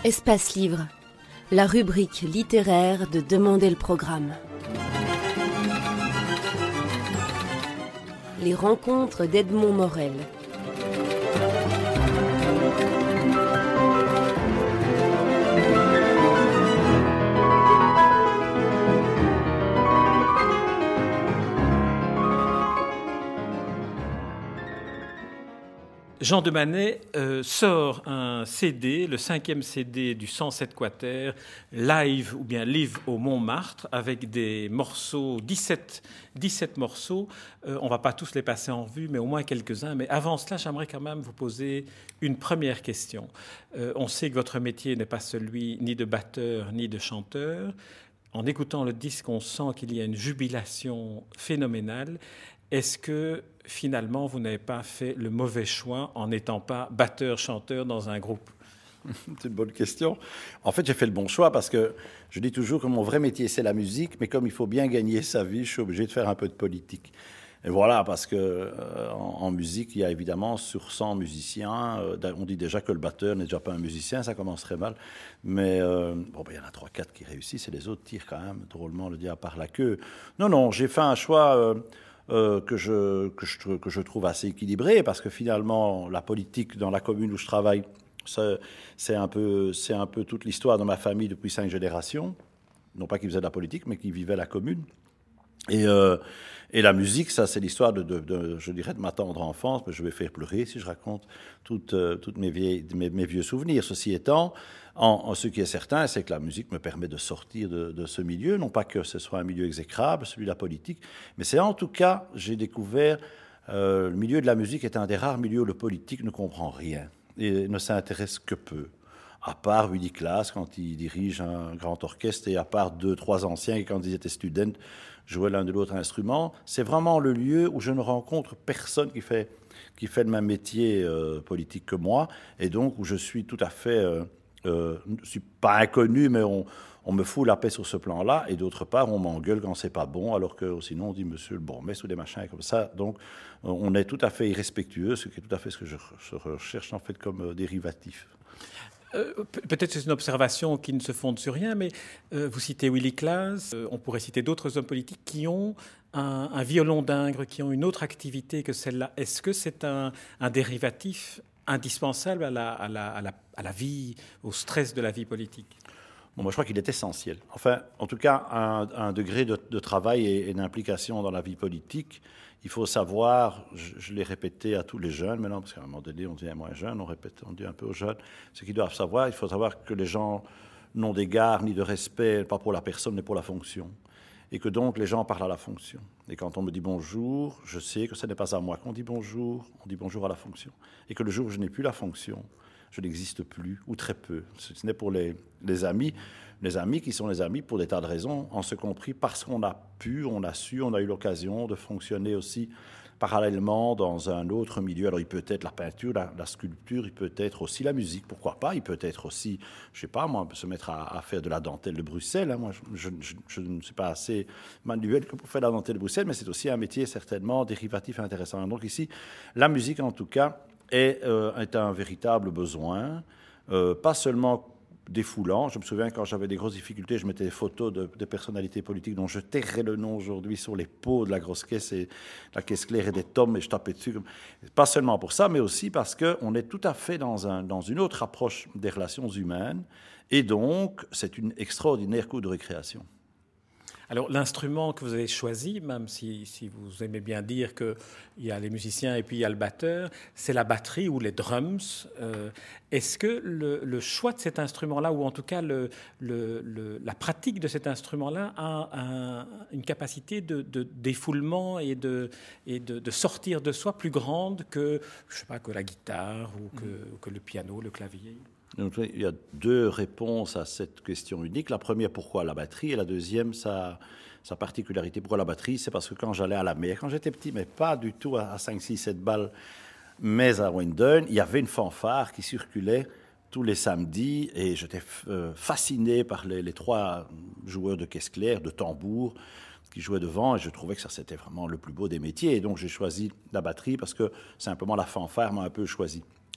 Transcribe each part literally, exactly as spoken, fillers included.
Espace Livre, la rubrique littéraire de Demander le programme. Les rencontres d'Edmond Morel. Jean de Manet euh, sort un C D, le cinquième C D du cent sept Quater, live ou bien live au Montmartre, avec des morceaux, dix-sept, dix-sept morceaux. Euh, on ne va pas tous les passer en revue, mais au moins quelques-uns. Mais avant cela, j'aimerais quand même vous poser une première question. Euh, on sait que votre métier n'est pas celui ni de batteur ni de chanteur. En écoutant le disque, on sent qu'il y a une jubilation phénoménale. Est-ce que, finalement, vous n'avez pas fait le mauvais choix en n'étant pas batteur-chanteur dans un groupe ? C'est une bonne question. En fait, j'ai fait le bon choix parce que je dis toujours que mon vrai métier, c'est la musique, mais comme il faut bien gagner sa vie, je suis obligé de faire un peu de politique. Et voilà, parce que euh, en, en musique, il y a évidemment sur cent musiciens, euh, on dit déjà que le batteur n'est déjà pas un musicien, ça commence très mal, mais euh, bon, ben, il y en a trois quatre qui réussissent et les autres tirent quand même drôlement le diable par la queue. Non, non, j'ai fait un choix... Euh, Euh, que, je, que, je, que je trouve assez équilibré, parce que finalement, la politique dans la commune où je travaille, ça, c'est, un peu, c'est un peu toute l'histoire de ma famille depuis cinq générations. Non pas qu'ils faisaient de la politique, mais qu'ils vivaient la commune. Et, euh, et la musique, ça, c'est l'histoire de, de, de, je dirais, de ma tendre enfance. Mais je vais faire pleurer si je raconte toutes, euh, toutes mes, vieilles, mes, mes vieux souvenirs. Ceci étant, en, en ce qui est certain, c'est que la musique me permet de sortir de, de ce milieu. Non pas que ce soit un milieu exécrable, celui de la politique, mais c'est en tout cas, j'ai découvert, euh, le milieu de la musique est un des rares milieux où le politique ne comprend rien et ne s'intéresse que peu. À part Willy Klaas, quand il dirige un grand orchestre, et à part deux, trois anciens qui, quand ils étaient students, jouaient l'un de l'autre instrument. C'est vraiment le lieu où je ne rencontre personne qui fait, qui fait le même métier euh, politique que moi, et donc où je suis tout à fait... Euh, euh, je ne suis pas inconnu, mais on, on me fout la paix sur ce plan-là, et d'autre part, on m'engueule quand c'est pas bon, alors que sinon on dit monsieur le bourgmestre ou des machins comme ça. Donc on est tout à fait irrespectueux, ce qui est tout à fait ce que je, je recherche en fait comme euh, dérivatif. Euh, peut-être c'est une observation qui ne se fonde sur rien, mais euh, vous citez Willy Klaas, euh, on pourrait citer d'autres hommes politiques qui ont un, un violon d'Ingres, qui ont une autre activité que celle-là. Est-ce que c'est un, un dérivatif indispensable à la, à, la, à, la, à la vie, au stress de la vie politique ? Bon, moi, je crois qu'il est essentiel. Enfin, en tout cas, un, un degré de, de travail et, et d'implication dans la vie politique. Il faut savoir, je, je l'ai répété à tous les jeunes maintenant, parce qu'à un moment donné, on devient moins jeune, on répète, on dit un peu aux jeunes, ce qu'ils doivent savoir, il faut savoir que les gens n'ont d'égard ni de respect, pas pour la personne, mais pour la fonction. Et que donc, les gens parlent à la fonction. Et quand on me dit bonjour, je sais que ce n'est pas à moi qu'on dit bonjour, on dit bonjour à la fonction. Et que le jour où je n'ai plus la fonction, je n'existe plus, ou très peu. Ce n'est pour les, les amis, les amis qui sont les amis pour des tas de raisons, en ce compris parce qu'on a pu, on a su, on a eu l'occasion de fonctionner aussi parallèlement dans un autre milieu. Alors il peut être la peinture, la, la sculpture, il peut être aussi la musique, pourquoi pas. Il peut être aussi, je sais pas moi, se mettre à, à faire de la dentelle de Bruxelles. Hein. Moi, je, je, je ne suis pas assez manuel que pour faire de la dentelle de Bruxelles, mais c'est aussi un métier certainement dérivatif intéressant. Donc ici, la musique en tout cas est, euh, est un véritable besoin, euh, pas seulement défoulant. Je me souviens quand j'avais des grosses difficultés, je mettais des photos de, de personnalités politiques dont je tairais le nom aujourd'hui sur les pots de la grosse caisse et la caisse claire et des tomes et je tapais dessus. Pas seulement pour ça, mais aussi parce qu'on est tout à fait dans, un, dans une autre approche des relations humaines et donc c'est une extraordinaire cour de récréation. Alors, l'instrument que vous avez choisi, même si, si vous aimez bien dire qu'il y a les musiciens et puis il y a le batteur, c'est la batterie ou les drums. Euh, est-ce que le, le choix de cet instrument-là, ou en tout cas le, le, le, la pratique de cet instrument-là, a un, une capacité de, de défoulement et, de, et de, de sortir de soi plus grande que, je sais pas, que la guitare ou que, mmh. que le piano, le clavier ? Donc, il y a deux réponses à cette question unique. La première, pourquoi la batterie ? Et la deuxième, sa, sa particularité. Pourquoi la batterie ? C'est parce que quand j'allais à la mer, quand j'étais petit, mais pas du tout à cinq, six, sept balles, mais à Wendon, il y avait une fanfare qui circulait tous les samedis et j'étais euh, fasciné par les, les trois joueurs de caisse claire, de tambour, qui jouaient devant, et je trouvais que ça, c'était vraiment le plus beau des métiers. Et donc, j'ai choisi la batterie parce que simplement la fanfare m'a un peu choisi.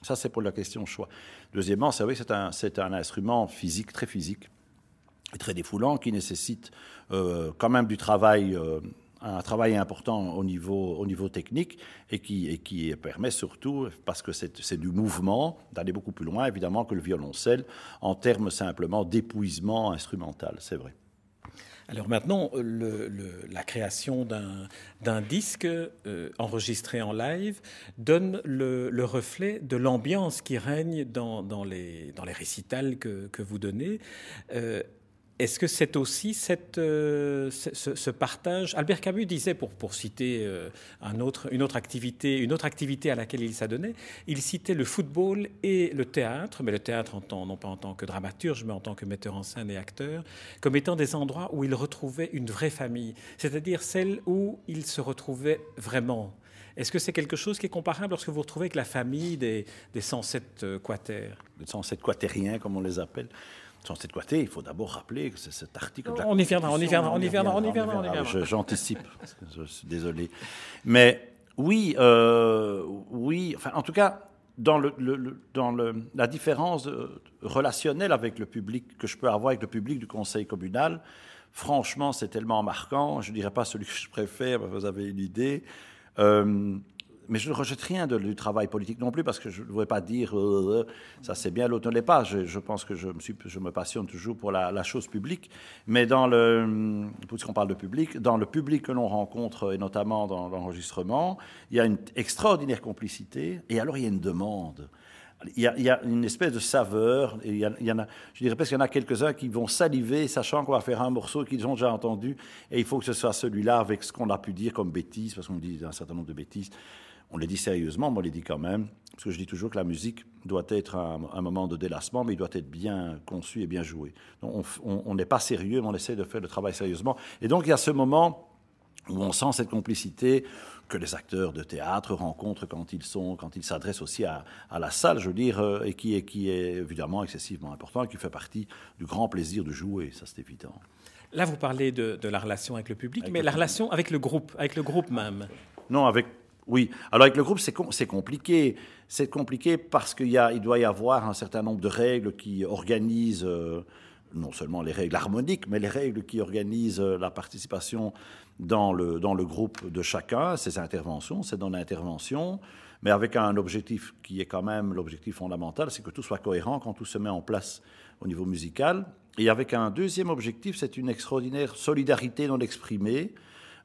Ça, c'est pour la question choix. Deuxièmement, c'est vrai que c'est un, c'est un instrument physique, très physique, et très défoulant, qui nécessite euh, quand même du travail, euh, un travail important au niveau, au niveau technique, et qui, et qui permet surtout, parce que c'est, c'est du mouvement, d'aller beaucoup plus loin, évidemment, que le violoncelle, en termes simplement d'épuisement instrumental, c'est vrai. Alors maintenant, le, le, la création d'un, d'un disque euh, enregistré en live donne le, le reflet de l'ambiance qui règne dans, dans, les, dans les récitals que, que vous donnez. Euh, Est-ce que c'est aussi cette, euh, ce, ce partage? Albert Camus disait, pour, pour citer euh, un autre, une, autre activité, une autre activité à laquelle il s'adonnait, il citait le football et le théâtre, mais le théâtre en tant, non pas en tant que dramaturge, mais en tant que metteur en scène et acteur, comme étant des endroits où il retrouvait une vraie famille, c'est-à-dire celle où il se retrouvait vraiment. Est-ce que c'est quelque chose qui est comparable lorsque vous retrouvez avec la famille des, des cent sept quataires? Les cent sept quatériens, comme on les appelle. cent sept quater, il faut d'abord rappeler que c'est cet article de la on y viendra, on y viendra, on y viendra, on y viendra, on y viendra. Je, j'anticipe, je suis désolé. Mais oui, euh, oui, enfin, en tout cas, dans, le, le, le, dans le, la différence relationnelle avec le public que je peux avoir avec le public du conseil communal, franchement, c'est tellement marquant. Je ne dirais pas celui que je préfère, vous avez une idée. Euh, Mais je ne rejette rien de, du travail politique non plus, parce que je ne voudrais pas dire euh, ça c'est bien, l'autre ne l'est pas. Je, je pense que je me, suis, je me passionne toujours pour la, la chose publique. Mais dans le, puisqu'on parle de public, dans le public que l'on rencontre, et notamment dans l'enregistrement, il y a une extraordinaire complicité, et alors il y a une demande. Il y, a, il y a une espèce de saveur. Il y, a, il y en a, je dirais presque qu'il y en a quelques-uns qui vont saliver, sachant qu'on va faire un morceau qu'ils ont déjà entendu, et il faut que ce soit celui-là avec ce qu'on a pu dire comme bêtises, parce qu'on dit un certain nombre de bêtises. On les dit sérieusement, mais on les dit quand même, parce que je dis toujours que la musique doit être un, un moment de délassement, mais il doit être bien conçu et bien joué. Donc on n'est pas sérieux, mais on essaie de faire le travail sérieusement. Et donc il y a ce moment où on sent cette complicité que les acteurs de théâtre rencontrent quand ils sont, quand ils s'adressent aussi à, à la salle, je veux dire, et qui est, qui est évidemment excessivement important, et qui fait partie du grand plaisir de jouer, ça c'est évident. Là, vous parlez de, de la relation avec le public, avec mais le la public. relation avec le groupe, avec le groupe même. Non, avec Oui, alors avec le groupe, c'est, com- c'est compliqué. C'est compliqué parce qu'il y a, il doit y avoir un certain nombre de règles qui organisent, euh, non seulement les règles harmoniques, mais les règles qui organisent euh, la participation dans le, dans le groupe de chacun, ses interventions, c'est dans l'intervention, mais avec un objectif qui est quand même l'objectif fondamental, c'est que tout soit cohérent quand tout se met en place au niveau musical. Et avec un deuxième objectif, c'est une extraordinaire solidarité non exprimée,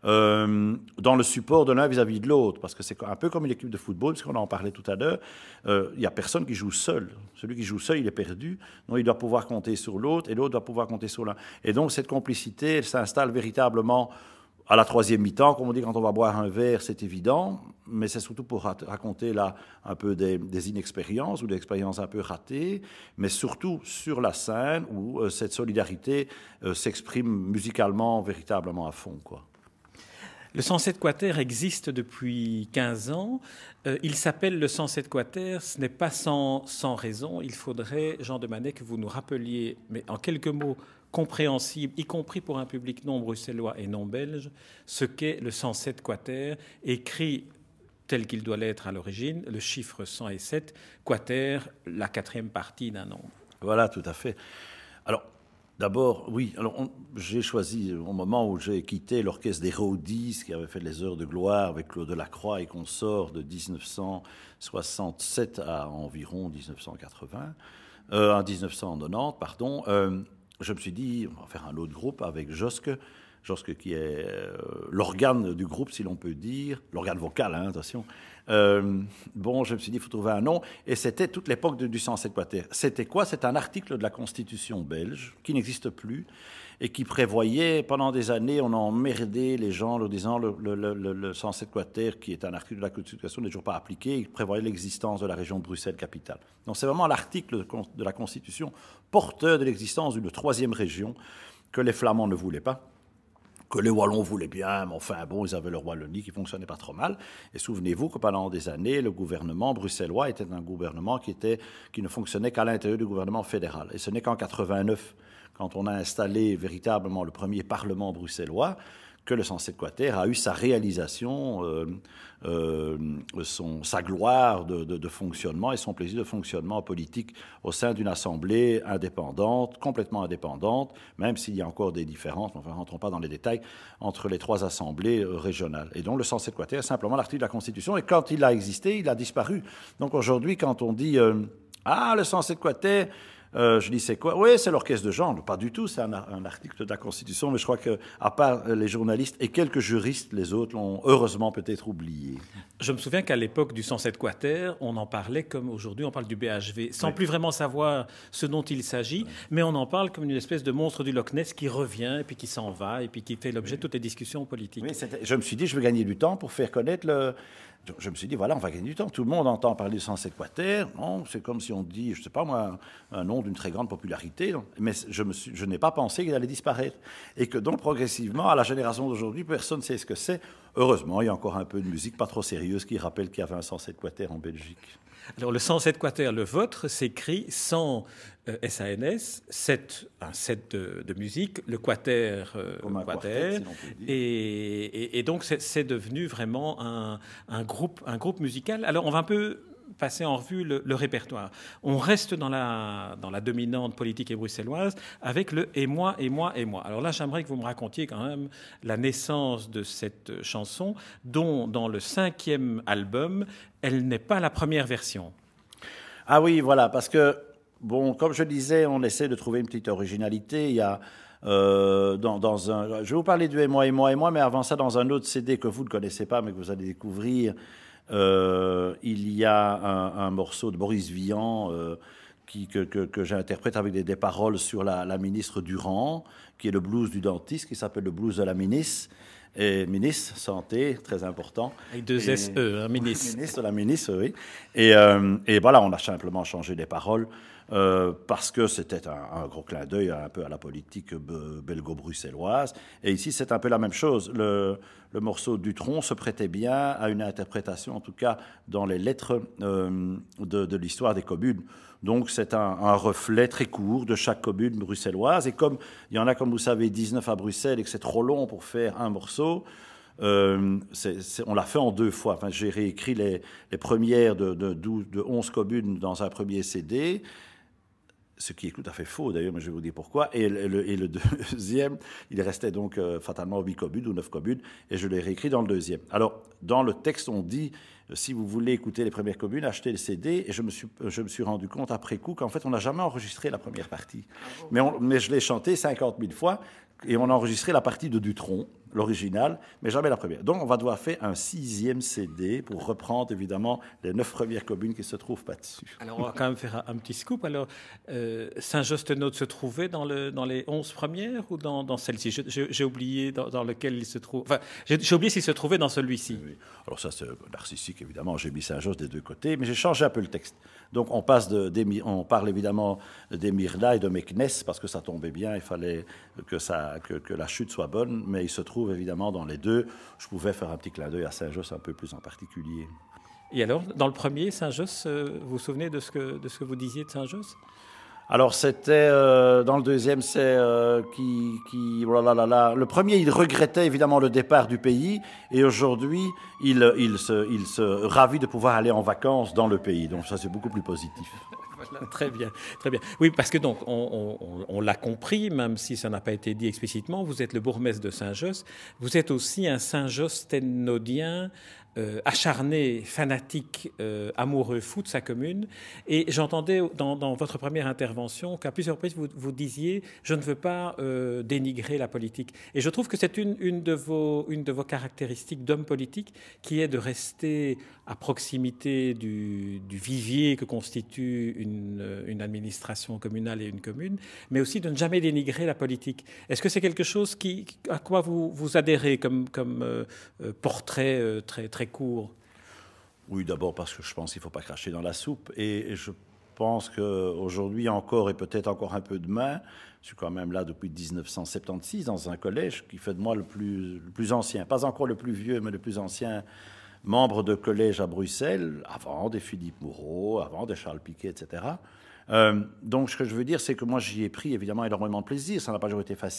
Euh, dans le support de l'un vis-à-vis de l'autre, parce que c'est un peu comme une équipe de football, puisqu'on en parlait tout à l'heure, euh, il n'y a personne qui joue seul. Celui qui joue seul, il est perdu, donc il doit pouvoir compter sur l'autre, et l'autre doit pouvoir compter sur l'un. Et donc cette complicité, elle s'installe véritablement à la troisième mi-temps, comme on dit quand on va boire un verre, c'est évident, mais c'est surtout pour raconter là un peu des, des inexpériences ou des expériences un peu ratées, mais surtout sur la scène où euh, cette solidarité euh, s'exprime musicalement véritablement à fond, quoi. Le cent sept quater existe depuis quinze ans. Euh, il s'appelle le cent sept quater. Ce n'est pas sans, sans raison. Il faudrait, Jean de Manet, que vous nous rappeliez, mais en quelques mots compréhensibles, y compris pour un public non bruxellois et non belge, ce qu'est le cent sept quater, écrit tel qu'il doit l'être à l'origine, le chiffre cent sept, quater, la quatrième partie d'un nombre. Voilà, tout à fait. Alors, d'abord, oui, alors on, j'ai choisi au moment où j'ai quitté l'orchestre des Rhodis, qui avait fait les heures de gloire avec Claude Delacroix et consorts de dix-neuf cent soixante-sept à environ dix-neuf cent quatre-vingts, euh, en dix-neuf cent quatre-vingt-dix, pardon, euh, je me suis dit, on va faire un autre groupe avec Josque, Josque qui est euh, l'organe du groupe, si l'on peut dire, l'organe vocal, hein, attention. Euh, bon, je me suis dit, il faut trouver un nom, et c'était toute l'époque de, du cent sept quater. C'était quoi? C'est un article de la Constitution belge, qui n'existe plus, et qui prévoyait, pendant des années, on a emmerdé les gens en leur disant le, le, le, le cent sept quater, qui est un article de la Constitution, n'est toujours pas appliqué, il prévoyait l'existence de la région de Bruxelles-Capitale. Donc c'est vraiment l'article de la Constitution porteur de l'existence d'une troisième région que les Flamands ne voulaient pas, que les Wallons voulaient bien, mais enfin bon, ils avaient leur Wallonie qui fonctionnait pas trop mal. Et souvenez-vous que pendant des années, le gouvernement bruxellois était un gouvernement qui, était, qui ne fonctionnait qu'à l'intérieur du gouvernement fédéral. Et ce n'est qu'en quatre-vingt-neuf, quand on a installé véritablement le premier parlement bruxellois, que le cent sept Quater a eu sa réalisation, euh, euh, son, sa gloire de, de, de fonctionnement et son plaisir de fonctionnement politique au sein d'une assemblée indépendante, complètement indépendante, même s'il y a encore des différences, enfin, ne rentrons pas dans les détails, entre les trois assemblées régionales. Et donc le cent sept Quater est simplement l'article de la Constitution, et quand il a existé, il a disparu. Donc aujourd'hui, quand on dit euh, « Ah, le cent sept Quater », Euh, je dis, c'est quoi? Oui, c'est l'orchestre de Jean. Pas du tout, c'est un, un article de la Constitution, mais je crois qu'à part les journalistes et quelques juristes, les autres l'ont heureusement peut-être oublié. Je me souviens qu'à l'époque du cent sept Quater, on en parlait comme aujourd'hui on parle du B H V, sans oui. plus vraiment savoir ce dont il s'agit, oui. mais on en parle comme une espèce de monstre du Loch Ness qui revient, et puis qui s'en va, et puis qui fait l'objet oui. de toutes les discussions politiques. Oui, je me suis dit, je vais gagner du temps pour faire connaître le... Je me suis dit, voilà, on va gagner du temps. Tout le monde entend parler du cent sept Quater. Non, c'est comme si on dit, je ne sais pas moi, un nom d'une très grande popularité. Mais je, me suis, je n'ai pas pensé qu'il allait disparaître. Et que donc, progressivement, à la génération d'aujourd'hui, personne ne sait ce que c'est. Heureusement, il y a encore un peu de musique pas trop sérieuse qui rappelle qu'il y avait un cent sept Quater en Belgique. Alors, le cent sept Quater, le vôtre, s'écrit sans euh, S A N S, sept, un set de, de musique, le Quater, euh, Comme un Quater, quartet, si l'on peut dire. Et, et, et donc c'est, c'est devenu vraiment un, un, groupe, un groupe musical. Alors, on va un peu passer en revue le, le répertoire. On reste dans la, dans la dominante politique et bruxelloise avec le « et moi, et moi, et moi ». Alors là, j'aimerais que vous me racontiez quand même la naissance de cette chanson, dont dans le cinquième album, elle n'est pas la première version. Ah oui, voilà, parce que, bon, comme je disais, on essaie de trouver une petite originalité. Il y a... Euh, dans, dans un, je vais vous parler du « et moi, et moi, et moi », mais avant ça, dans un autre C D que vous ne connaissez pas, mais que vous allez découvrir, Euh, il y a un, un morceau de Boris Vian euh, qui, que, que, que j'interprète avec des, des paroles sur la, la ministre Durand, qui est le blues du dentiste, qui s'appelle le blues de la ministre. Et ministre, santé, très important. Avec deux S E, hein, ministre. Ministre, la ministre, oui. Et, euh, et voilà, on a simplement changé les paroles euh, parce que c'était un, un gros clin d'œil un peu à la politique belgo-bruxelloise. Et ici, c'est un peu la même chose. Le, le morceau Dutronc se prêtait bien à une interprétation, en tout cas dans les lettres euh, de, de l'histoire des communes. Donc, c'est un, un reflet très court de chaque commune bruxelloise. Et comme il y en a, comme vous savez, dix-neuf à Bruxelles et que c'est trop long pour faire un morceau, euh, c'est, c'est, on l'a fait en deux fois. Enfin, j'ai réécrit les, les premières de, de, douze, de onze communes dans un premier C D, ce qui est tout à fait faux d'ailleurs, mais je vais vous dire pourquoi. Et le, le, et le deuxième, il restait donc euh, fatalement huit communes ou neuf communes, et je l'ai réécrit dans le deuxième. Alors, dans le texte, on dit, si vous voulez écouter les premières communes, achetez le C D, et je me suis, je me suis rendu compte après coup qu'en fait, on n'a jamais enregistré la première partie. Mais, on, mais je l'ai chanté cinquante mille fois, et on a enregistré la partie de Dutronc, l'original, mais jamais la première. Donc, on va devoir faire un sixième C D pour reprendre, évidemment, les neuf premières communes qui ne se trouvent pas dessus. Alors, on va quand même faire un, un petit scoop. Alors, euh, Saint-Josse-Tenot se trouvait dans, le, dans les onze premières ou dans, dans celle-ci? je, je, J'ai oublié dans, dans lequel il se trouve. Enfin, j'ai, j'ai oublié s'il se trouvait dans celui-ci. Oui, oui. Alors, ça, c'est narcissique, évidemment. J'ai mis Saint-Josse des deux côtés, mais j'ai changé un peu le texte. Donc, on, passe de, on parle évidemment d'Emirla et de Meknes, parce que ça tombait bien, il fallait que, ça, que, que la chute soit bonne, mais il se trouve évidemment dans les deux. Je pouvais faire un petit clin d'œil à Saint-Josse un peu plus en particulier. Et alors, dans le premier, Saint-Josse, vous vous souvenez de ce que, de ce que vous disiez de Saint-Josse? Alors, c'était, euh, dans le deuxième, c'est euh, qui... qui oh là là là, le premier, il regrettait évidemment le départ du pays, et aujourd'hui, il, il, se, il se ravit de pouvoir aller en vacances dans le pays. Donc ça, c'est beaucoup plus positif. Voilà, très bien, très bien. Oui, parce que donc, on, on, on l'a compris, même si ça n'a pas été dit explicitement, vous êtes le bourgmestre de Saint-Josse, vous êtes aussi un Saint-Josse-Ténodien, Euh, acharné, fanatique, euh, amoureux, fou de sa commune. Et j'entendais dans, dans votre première intervention qu'à plusieurs reprises, vous, vous disiez « je ne veux pas euh, dénigrer la politique ». Et je trouve que c'est une, une, de vos, une de vos caractéristiques d'homme politique qui est de rester à proximité du, du vivier que constitue une, une administration communale et une commune, mais aussi de ne jamais dénigrer la politique. Est-ce que c'est quelque chose qui, à quoi vous, vous adhérez comme, comme euh, portrait euh, très, très court? Oui, d'abord parce que je pense qu'il ne faut pas cracher dans la soupe. Et je pense qu'aujourd'hui encore, et peut-être encore un peu demain, je suis quand même là depuis dix-neuf cent soixante-seize dans un collège qui fait de moi le plus, le plus ancien, pas encore le plus vieux, mais le plus ancien membre de collège à Bruxelles, avant des Philippe Moureau, avant des Charles Piquet, et cetera. Euh, donc, ce que je veux dire, c'est que moi, j'y ai pris évidemment énormément de plaisir. Ça n'a pas toujours été facile.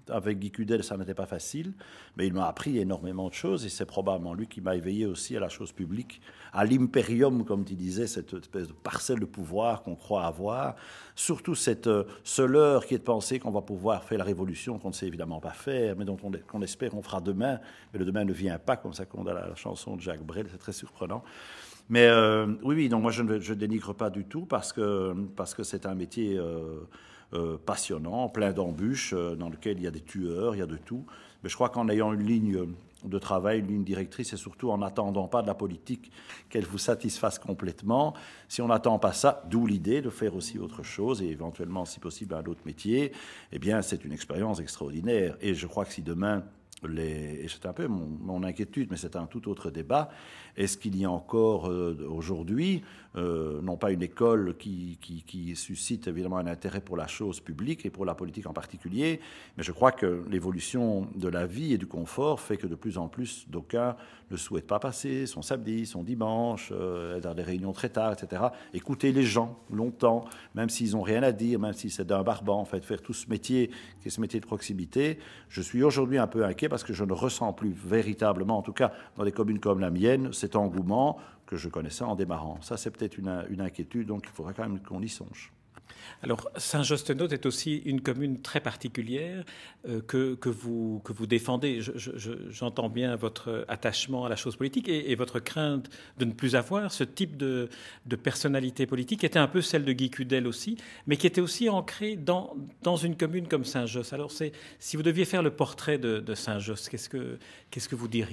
avec Guy Cudel, ça n'était pas facile, mais il m'a appris énormément de choses et c'est probablement lui qui m'a éveillé aussi à la chose publique, à l'impérium, comme tu disais, cette espèce de parcelle de pouvoir qu'on croit avoir, surtout cette, ce leurre qui est de penser qu'on va pouvoir faire la révolution qu'on ne sait évidemment pas faire, mais dont on, qu'on espère qu'on fera demain, mais le demain ne vient pas, comme ça qu'on a la, la chanson de Jacques Brel, c'est très surprenant. Mais euh, oui, oui, donc moi je ne je dénigre pas du tout parce que, parce que c'est un métier euh, euh, passionnant, plein d'embûches, euh, dans lequel il y a des tueurs, il y a de tout. Mais je crois qu'en ayant une ligne de travail, une ligne directrice, et surtout en n'attendant pas de la politique qu'elle vous satisfasse complètement, si on n'attend pas ça, d'où l'idée de faire aussi autre chose, et éventuellement, si possible, un autre métier, eh bien, c'est une expérience extraordinaire. Et je crois que si demain... Les, et c'est un peu mon, mon inquiétude, mais c'est un tout autre débat. Est-ce qu'il y a encore euh, aujourd'hui, euh, non pas une école qui, qui, qui suscite évidemment un intérêt pour la chose publique et pour la politique en particulier, mais je crois que l'évolution de la vie et du confort fait que de plus en plus d'aucuns ne souhaitent pas passer son samedi, son dimanche, euh, dans des réunions très tard, et cetera. Écouter les gens longtemps, même s'ils n'ont rien à dire, même si c'est d'un barbant, en fait, faire tout ce métier qui est ce métier de proximité. Je suis aujourd'hui un peu inquiet parce que je ne ressens plus véritablement, en tout cas dans des communes comme la mienne, cet engouement que je connaissais en démarrant. Ça, c'est peut-être une, une inquiétude, donc il faudra quand même qu'on y songe. Alors, Saint-Josse-de-Naute est aussi une commune très particulière euh, que, que, vous, que vous défendez. Je, je, j'entends bien votre attachement à la chose politique et, et votre crainte de ne plus avoir ce type de, de personnalité politique qui était un peu celle de Guy Cudel aussi, mais qui était aussi ancrée dans, dans une commune comme Saint-Josse. Alors, c'est, si vous deviez faire le portrait de, de Saint-Josse, qu'est-ce que, qu'est-ce que vous diriez ?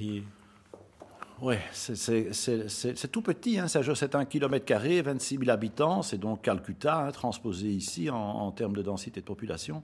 Oui, c'est, c'est, c'est, c'est, c'est tout petit, hein, Saint-Josse, c'est un kilomètre carré, vingt-six mille habitants, c'est donc Calcutta, hein, transposé ici en, en termes de densité de population.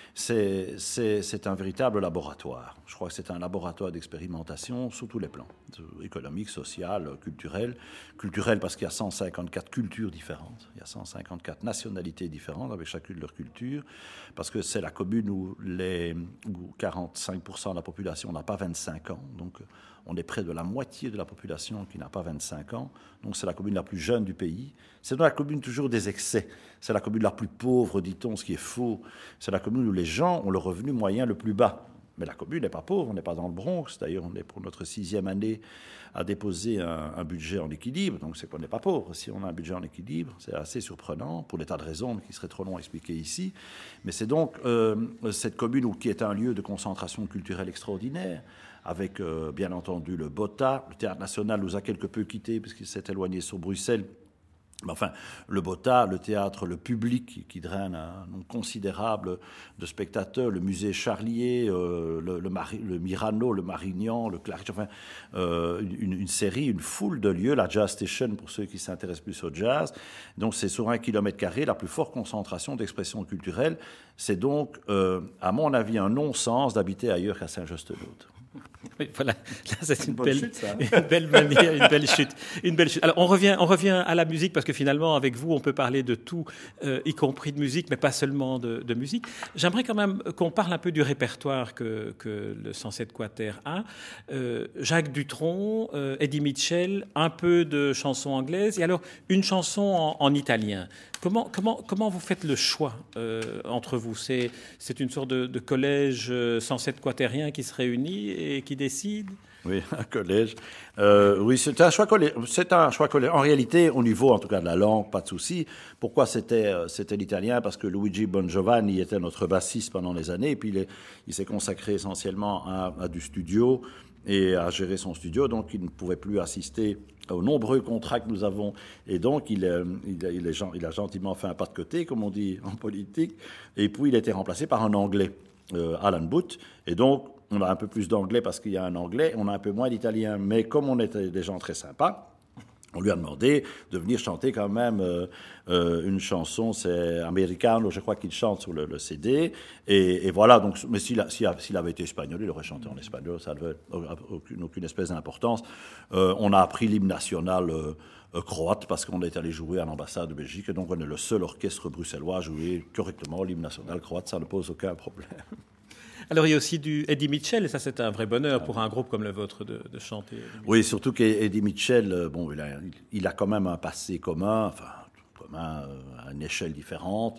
C'est, c'est, c'est un véritable laboratoire. Je crois que c'est un laboratoire d'expérimentation sur tous les plans, économique, social, culturel. Culturel parce qu'il y a cent cinquante-quatre cultures différentes, il y a cent cinquante-quatre nationalités différentes avec chacune leur culture, parce que c'est la commune où, les, où quarante-cinq pour cent de la population n'a pas vingt-cinq ans, donc on est près de la moitié de la population qui n'a pas vingt-cinq ans, donc c'est la commune la plus jeune du pays. C'est dans la commune toujours des excès. C'est la commune la plus pauvre, dit-on, ce qui est faux. C'est la commune où les gens ont le revenu moyen le plus bas. Mais la commune n'est pas pauvre, on n'est pas dans le Bronx. D'ailleurs, on est pour notre sixième année à déposer un, un budget en équilibre, donc c'est qu'on n'est pas pauvre. Si on a un budget en équilibre, c'est assez surprenant, pour des tas de raisons qui seraient trop longs à expliquer ici. Mais c'est donc euh, cette commune où, qui est un lieu de concentration culturelle extraordinaire, avec euh, bien entendu le BOTA. Le Théâtre National nous a quelque peu quittés parce qu'il s'est éloigné sur Bruxelles. Mais enfin, le BOTA, le théâtre, le public qui draine un nombre considérable de spectateurs, le musée Charlier, euh, le, le, Mari, le Mirano, le Marignan, le Claridge, enfin, euh, une, une série, une foule de lieux, la Jazz Station pour ceux qui s'intéressent plus au jazz. Donc c'est sur un kilomètre carré la plus forte concentration d'expression culturelle. C'est donc, euh, à mon avis, un non-sens d'habiter ailleurs qu'à Saint-Josse-de-Naute. Oui, voilà, là, c'est une, une, belle, chute, ça. une belle manière, une belle chute, une belle chute. Alors on revient, on revient à la musique parce que finalement avec vous on peut parler de tout, euh, y compris de musique, mais pas seulement de, de musique. J'aimerais quand même qu'on parle un peu du répertoire que, que le cent sept Quater a. Euh, Jacques Dutronc, euh, Eddie Mitchell, un peu de chansons anglaises et alors une chanson en, en italien. Comment, comment, comment vous faites le choix euh, entre vous ? C'est, c'est une sorte de, de collège cent sept quatérien qui se réunit et qui décide ? Oui, un collège. Euh, oui, c'est un choix collège. C'est un choix collège. En réalité, au niveau, en tout cas, de la langue, pas de souci. Pourquoi c'était, c'était l'italien ? Parce que Luigi Bongiovanni était notre bassiste pendant les années, et puis il, est, il s'est consacré essentiellement à, à du studio et à gérer son studio, donc il ne pouvait plus assister aux nombreux contrats que nous avons. Et donc, il, il, il, est, il a gentiment fait un pas de côté, comme on dit en politique, et puis il a été remplacé par un Anglais, euh, Alan Booth. Et donc, on a un peu plus d'anglais parce qu'il y a un anglais, on a un peu moins d'italien. Mais comme on était des gens très sympas, on lui a demandé de venir chanter quand même euh, euh, une chanson, c'est Americano, je crois qu'il chante sur le, le C D. Et, et voilà, donc, mais s'il, a, s'il, a, s'il avait été espagnol, il aurait chanté en espagnol, ça n'avait aucune, aucune espèce d'importance. Euh, on a appris l'hymne national euh, euh, croate parce qu'on est allé jouer à l'ambassade de Belgique. Et donc, on est le seul orchestre bruxellois à jouer correctement l'hymne national croate, ça ne pose aucun problème. Alors, il y a aussi du Eddie Mitchell, et ça, c'est un vrai bonheur pour un groupe comme le vôtre de, de chanter. Oui, surtout qu'Eddie Mitchell, bon, il a, il a quand même un passé commun, enfin, commun à une échelle différente.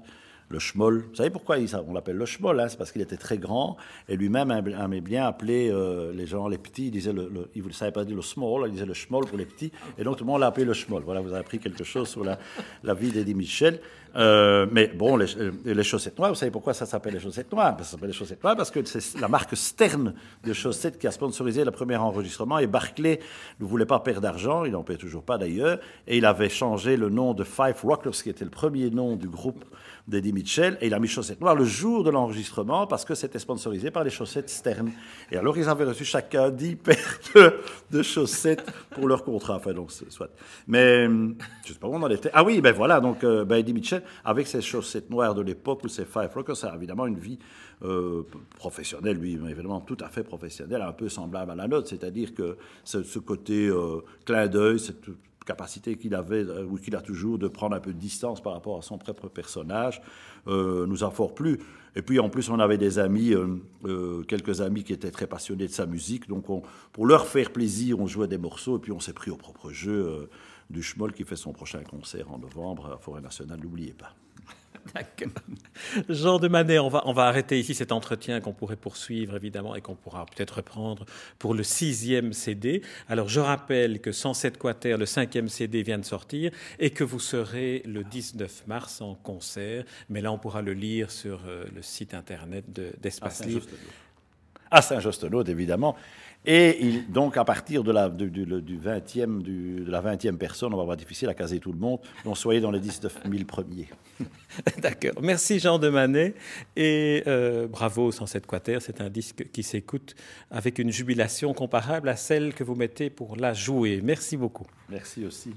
le schmoll. Vous savez pourquoi il, on l'appelle le schmoll, hein? C'est parce qu'il était très grand et lui-même aimait bien appeler euh, les gens, les petits, il disait le, le, il ne savait pas dire le small, il disait le schmoll pour les petits, et donc tout le monde l'a appelé le schmoll. Voilà, vous avez appris quelque chose sur la, la vie d'Eddie Mitchell. Euh, mais bon, les, les chaussettes noires, vous savez pourquoi ça s'appelle les chaussettes noires? Ça s'appelle les chaussettes noires parce que c'est la marque Stern de chaussettes qui a sponsorisé le premier enregistrement, et Barclay ne voulait pas perdre d'argent, il n'en paie toujours pas d'ailleurs, et il avait changé le nom de Five Rockers, qui était le premier nom du groupe d'Eddie Mitchell, et il a mis chaussettes noires le jour de l'enregistrement parce que c'était sponsorisé par les chaussettes Stern. Et alors ils avaient reçu chacun dix paires de, de chaussettes pour leur contrat. Enfin donc soit. Mais je ne sais pas où on en était. Ah oui, ben voilà, donc euh, ben Eddie Mitchell avec ses chaussettes noires de l'époque ou ses Five Rockers, ça a évidemment une vie euh, professionnelle, lui, évidemment tout à fait professionnelle, un peu semblable à la nôtre, c'est-à-dire que ce, ce côté euh, clin d'œil, cette capacité qu'il avait, ou qu'il a toujours, de prendre un peu de distance par rapport à son propre personnage, euh, nous a fort plu. Et puis en plus, on avait des amis, euh, euh, quelques amis qui étaient très passionnés de sa musique, donc on, pour leur faire plaisir, on jouait des morceaux, et puis on s'est pris au propre jeu euh, du schmoll qui fait son prochain concert en novembre à Forêt Nationale, n'oubliez pas. D'accord. Jean de Manet, on va, on va arrêter ici cet entretien qu'on pourrait poursuivre évidemment et qu'on pourra peut-être reprendre pour le sixième C D. Alors je rappelle que cent sept Quater, le cinquième C D vient de sortir et que vous serez le dix-neuf mars en concert, mais là on pourra le lire sur euh, le site internet de, d'Espace Livre. À Saint-Just-de-Laude, évidemment. Et il, donc, à partir de la, du, du, du vingtième, du, de la vingtième personne, on va avoir difficile à caser tout le monde. Donc, soyez dans les dix-neuf mille premiers. D'accord. Merci Jean de Manet. Et euh, bravo cent sept Quater. C'est un disque qui s'écoute avec une jubilation comparable à celle que vous mettez pour la jouer. Merci beaucoup. Merci aussi.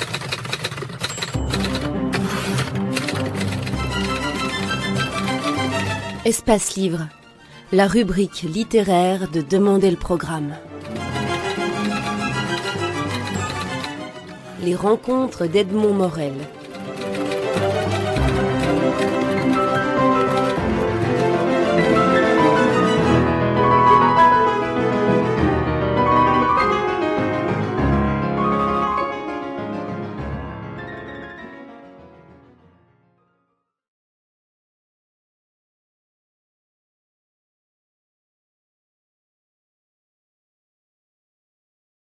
Espace Livre, la rubrique littéraire de Demander le programme. Les rencontres d'Edmond Morel.